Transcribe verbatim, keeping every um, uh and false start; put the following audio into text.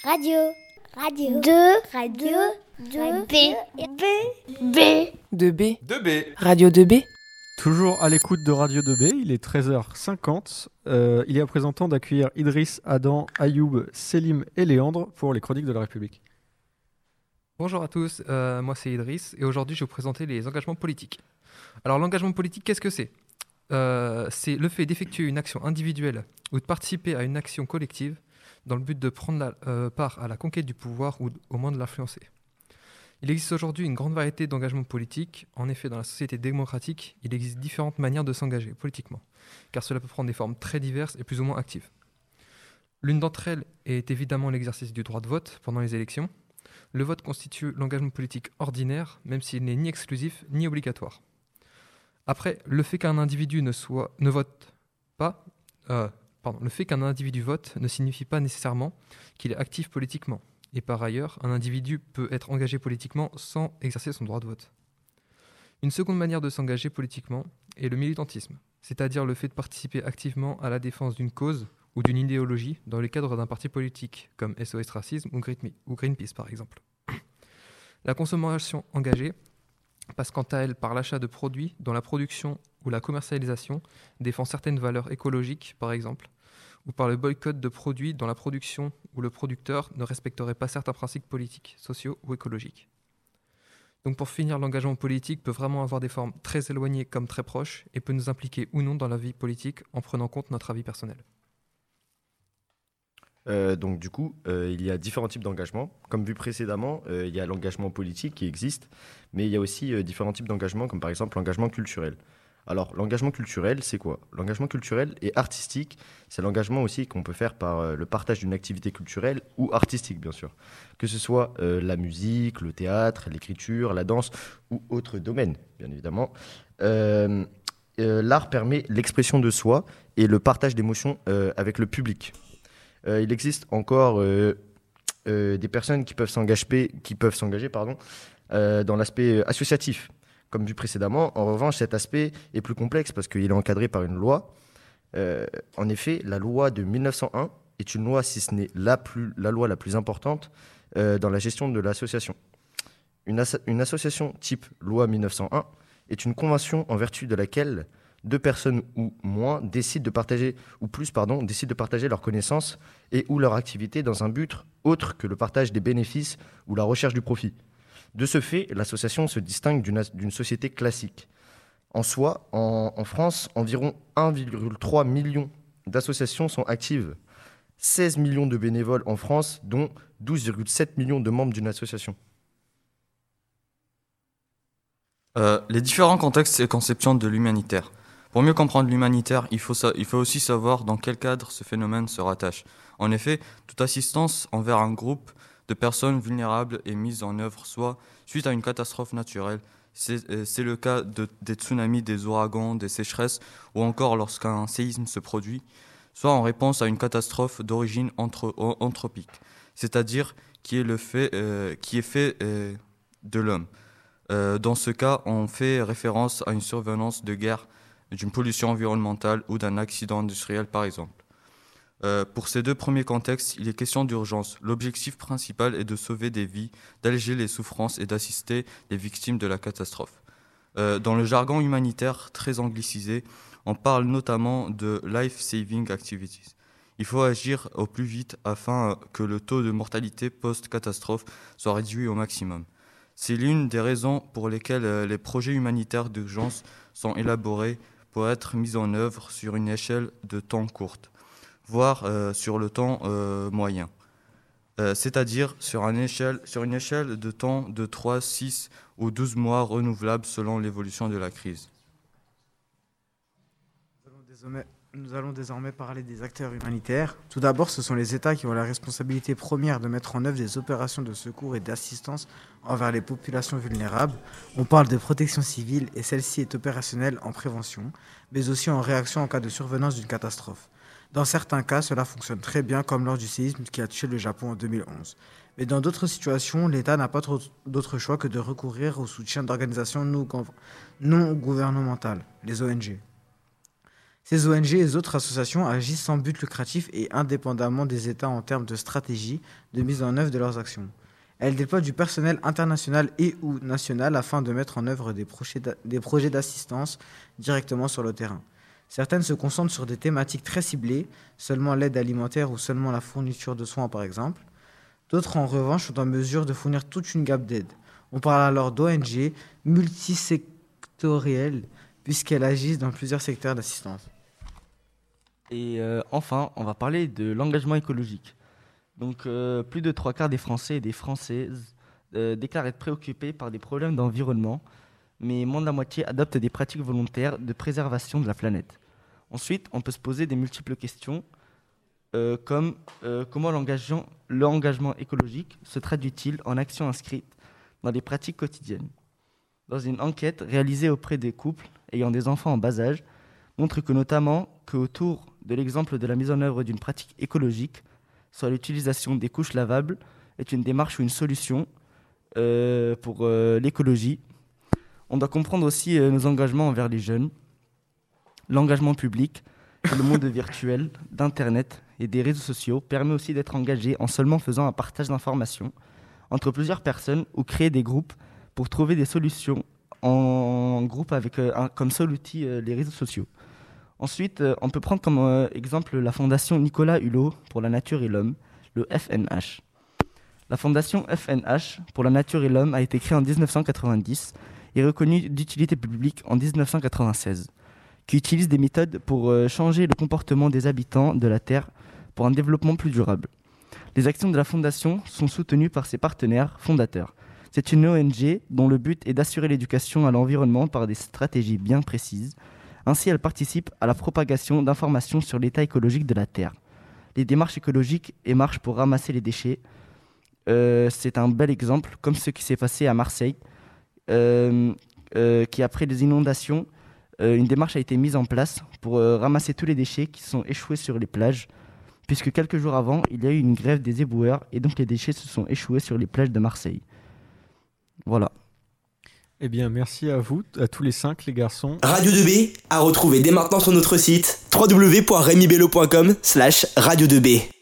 Radio. Radio. deux. Radio. deux. B. B. B. deux B. deux B. Radio deux B. Toujours à l'écoute de Radio deux B, il est treize heures cinquante. Euh, il est à présent temps d'accueillir Idriss, Adam, Ayoub, Selim et Léandre pour les Chroniques de la République. Bonjour à tous, euh, moi c'est Idriss et aujourd'hui je vais vous présenter les engagements politiques. Alors l'engagement politique, qu'est-ce que c'est ? euh, C'est le fait d'effectuer une action individuelle ou de participer à une action collective dans le but de prendre la, euh, part à la conquête du pouvoir ou au moins de l'influencer. Il existe aujourd'hui une grande variété d'engagements politiques. En effet, dans la société démocratique, il existe différentes manières de s'engager politiquement, car cela peut prendre des formes très diverses et plus ou moins actives. L'une d'entre elles est évidemment l'exercice du droit de vote pendant les élections. Le vote constitue l'engagement politique ordinaire, même s'il n'est ni exclusif ni obligatoire. Après, le fait qu'un individu ne, soit, ne vote pas, euh, pardon, le fait qu'un individu vote ne signifie pas nécessairement qu'il est actif politiquement. Et par ailleurs, un individu peut être engagé politiquement sans exercer son droit de vote. Une seconde manière de s'engager politiquement est le militantisme, c'est-à-dire le fait de participer activement à la défense d'une cause ou d'une idéologie dans le cadre d'un parti politique, comme S O S Racisme ou Greenpeace par exemple. La consommation engagée passe quant à elle par l'achat de produits dont la production ou la commercialisation défend certaines valeurs écologiques par exemple, ou par le boycott de produits dont la production ou le producteur ne respecterait pas certains principes politiques, sociaux ou écologiques. Donc pour finir, l'engagement politique peut vraiment avoir des formes très éloignées comme très proches et peut nous impliquer ou non dans la vie politique en prenant en compte notre avis personnel. Euh, donc du coup, euh, il y a différents types d'engagement. Comme vu précédemment, euh, il y a l'engagement politique qui existe, mais il y a aussi euh, différents types d'engagement, comme par exemple l'engagement culturel. Alors, l'engagement culturel, c'est quoi ? L'engagement culturel et artistique, c'est l'engagement aussi qu'on peut faire par euh, le partage d'une activité culturelle ou artistique, bien sûr. Que ce soit euh, la musique, le théâtre, l'écriture, la danse ou autres domaines, bien évidemment. Euh, euh, l'art permet l'expression de soi et le partage d'émotions euh, avec le public. Euh, il existe encore euh, euh, des personnes qui peuvent s'engager, qui peuvent s'engager pardon, euh, dans l'aspect associatif. Comme vu précédemment, en revanche, cet aspect est plus complexe parce qu'il est encadré par une loi. Euh, en effet, la loi de mille neuf cent un est une loi, si ce n'est la, plus, la loi la plus importante euh, dans la gestion de l'association. Une, as- une association type loi mille neuf cent un est une convention en vertu de laquelle deux personnes ou moins décident de partager, ou plus, pardon, décident de partager leurs connaissances et ou leur activité dans un but autre que le partage des bénéfices ou la recherche du profit. De ce fait, l'association se distingue d'une, d'une société classique. En soi, en, en France, environ un virgule trois million d'associations sont actives. seize millions de bénévoles en France, dont douze virgule sept millions de membres d'une association. Euh, les différents contextes et conceptions de l'humanitaire. Pour mieux comprendre l'humanitaire, il faut, sa- il faut aussi savoir dans quel cadre ce phénomène se rattache. En effet, toute assistance envers un groupe de personnes vulnérables est mise en œuvre soit suite à une catastrophe naturelle, c'est, euh, c'est le cas de, des tsunamis, des ouragans, des sécheresses ou encore lorsqu'un séisme se produit, soit en réponse à une catastrophe d'origine anthro- anthropique, c'est-à-dire qui est, le fait, euh, qui est fait euh, de l'homme. Euh, dans ce cas, on fait référence à une survenance de guerre, d'une pollution environnementale ou d'un accident industriel par exemple. Euh, pour ces deux premiers contextes, il est question d'urgence. L'objectif principal est de sauver des vies, d'alléger les souffrances et d'assister les victimes de la catastrophe. Euh, dans le jargon humanitaire très anglicisé, on parle notamment de life-saving activities. Il faut agir au plus vite afin que le taux de mortalité post-catastrophe soit réduit au maximum. C'est l'une des raisons pour lesquelles euh, les projets humanitaires d'urgence sont élaborés pour être mis en œuvre sur une échelle de temps courte, voire euh, sur le temps euh, moyen, euh, c'est-à-dire sur, un échelle, sur une échelle de temps de trois, six ou douze mois renouvelables selon l'évolution de la crise. Nous allons désormais, nous allons désormais parler des acteurs humanitaires. Tout d'abord, ce sont les États qui ont la responsabilité première de mettre en œuvre des opérations de secours et d'assistance envers les populations vulnérables. On parle de protection civile et celle-ci est opérationnelle en prévention, mais aussi en réaction en cas de survenance d'une catastrophe. Dans certains cas, cela fonctionne très bien, comme lors du séisme qui a touché le Japon en deux mille onze. Mais dans d'autres situations, l'État n'a pas trop d'autre choix que de recourir au soutien d'organisations non, non gouvernementales, les O N G. Ces O N G et les autres associations agissent sans but lucratif et indépendamment des États en termes de stratégie de mise en œuvre de leurs actions. Elles déploient du personnel international et ou national afin de mettre en œuvre des projets d'a- des projets d'assistance directement sur le terrain. Certaines se concentrent sur des thématiques très ciblées, seulement l'aide alimentaire ou seulement la fourniture de soins par exemple. D'autres en revanche sont en mesure de fournir toute une gamme d'aides. On parle alors d'O N G multisectorielles puisqu'elles agissent dans plusieurs secteurs d'assistance. Et euh, enfin, on va parler de l'engagement écologique. Donc, euh, plus de trois quarts des Français et des Françaises euh, déclarent être préoccupés par des problèmes d'environnement, mais moins de la moitié adoptent des pratiques volontaires de préservation de la planète. Ensuite, on peut se poser des multiples questions, euh, comme euh, comment l'engagement, l'engagement écologique se traduit-il en actions inscrites dans des pratiques quotidiennes. Dans une enquête réalisée auprès des couples ayant des enfants en bas âge, montre que notamment qu'autour de l'exemple de la mise en œuvre d'une pratique écologique, soit l'utilisation des couches lavables, est une démarche ou une solution euh, pour euh, l'écologie. On doit comprendre aussi euh, nos engagements envers les jeunes, l'engagement public, le monde virtuel, d'Internet et des réseaux sociaux permet aussi d'être engagé en seulement faisant un partage d'informations entre plusieurs personnes ou créer des groupes pour trouver des solutions en groupe avec euh, un, comme seul outil euh, les réseaux sociaux. Ensuite, euh, on peut prendre comme euh, exemple la fondation Nicolas Hulot pour la nature et l'homme, le F N H. La fondation F N H pour la nature et l'homme a été créée en dix-neuf cent quatre-vingt-dix et reconnue d'utilité publique en dix-neuf cent quatre-vingt-seize, qui utilise des méthodes pour euh, changer le comportement des habitants de la Terre pour un développement plus durable. Les actions de la fondation sont soutenues par ses partenaires fondateurs. C'est une O N G dont le but est d'assurer l'éducation à l'environnement par des stratégies bien précises. Ainsi, elle participe à la propagation d'informations sur l'état écologique de la Terre. Les démarches écologiques et marches pour ramasser les déchets, euh, c'est un bel exemple, comme ce qui s'est passé à Marseille, euh, euh, qui après les inondations, euh, une démarche a été mise en place pour euh, ramasser tous les déchets qui sont échoués sur les plages, puisque quelques jours avant, il y a eu une grève des éboueurs et donc les déchets se sont échoués sur les plages de Marseille. Voilà. Eh bien, merci à vous, à tous les cinq, les garçons. Radio deux B à retrouver dès maintenant sur notre site w w w point rémi bello point com slash radio deux b.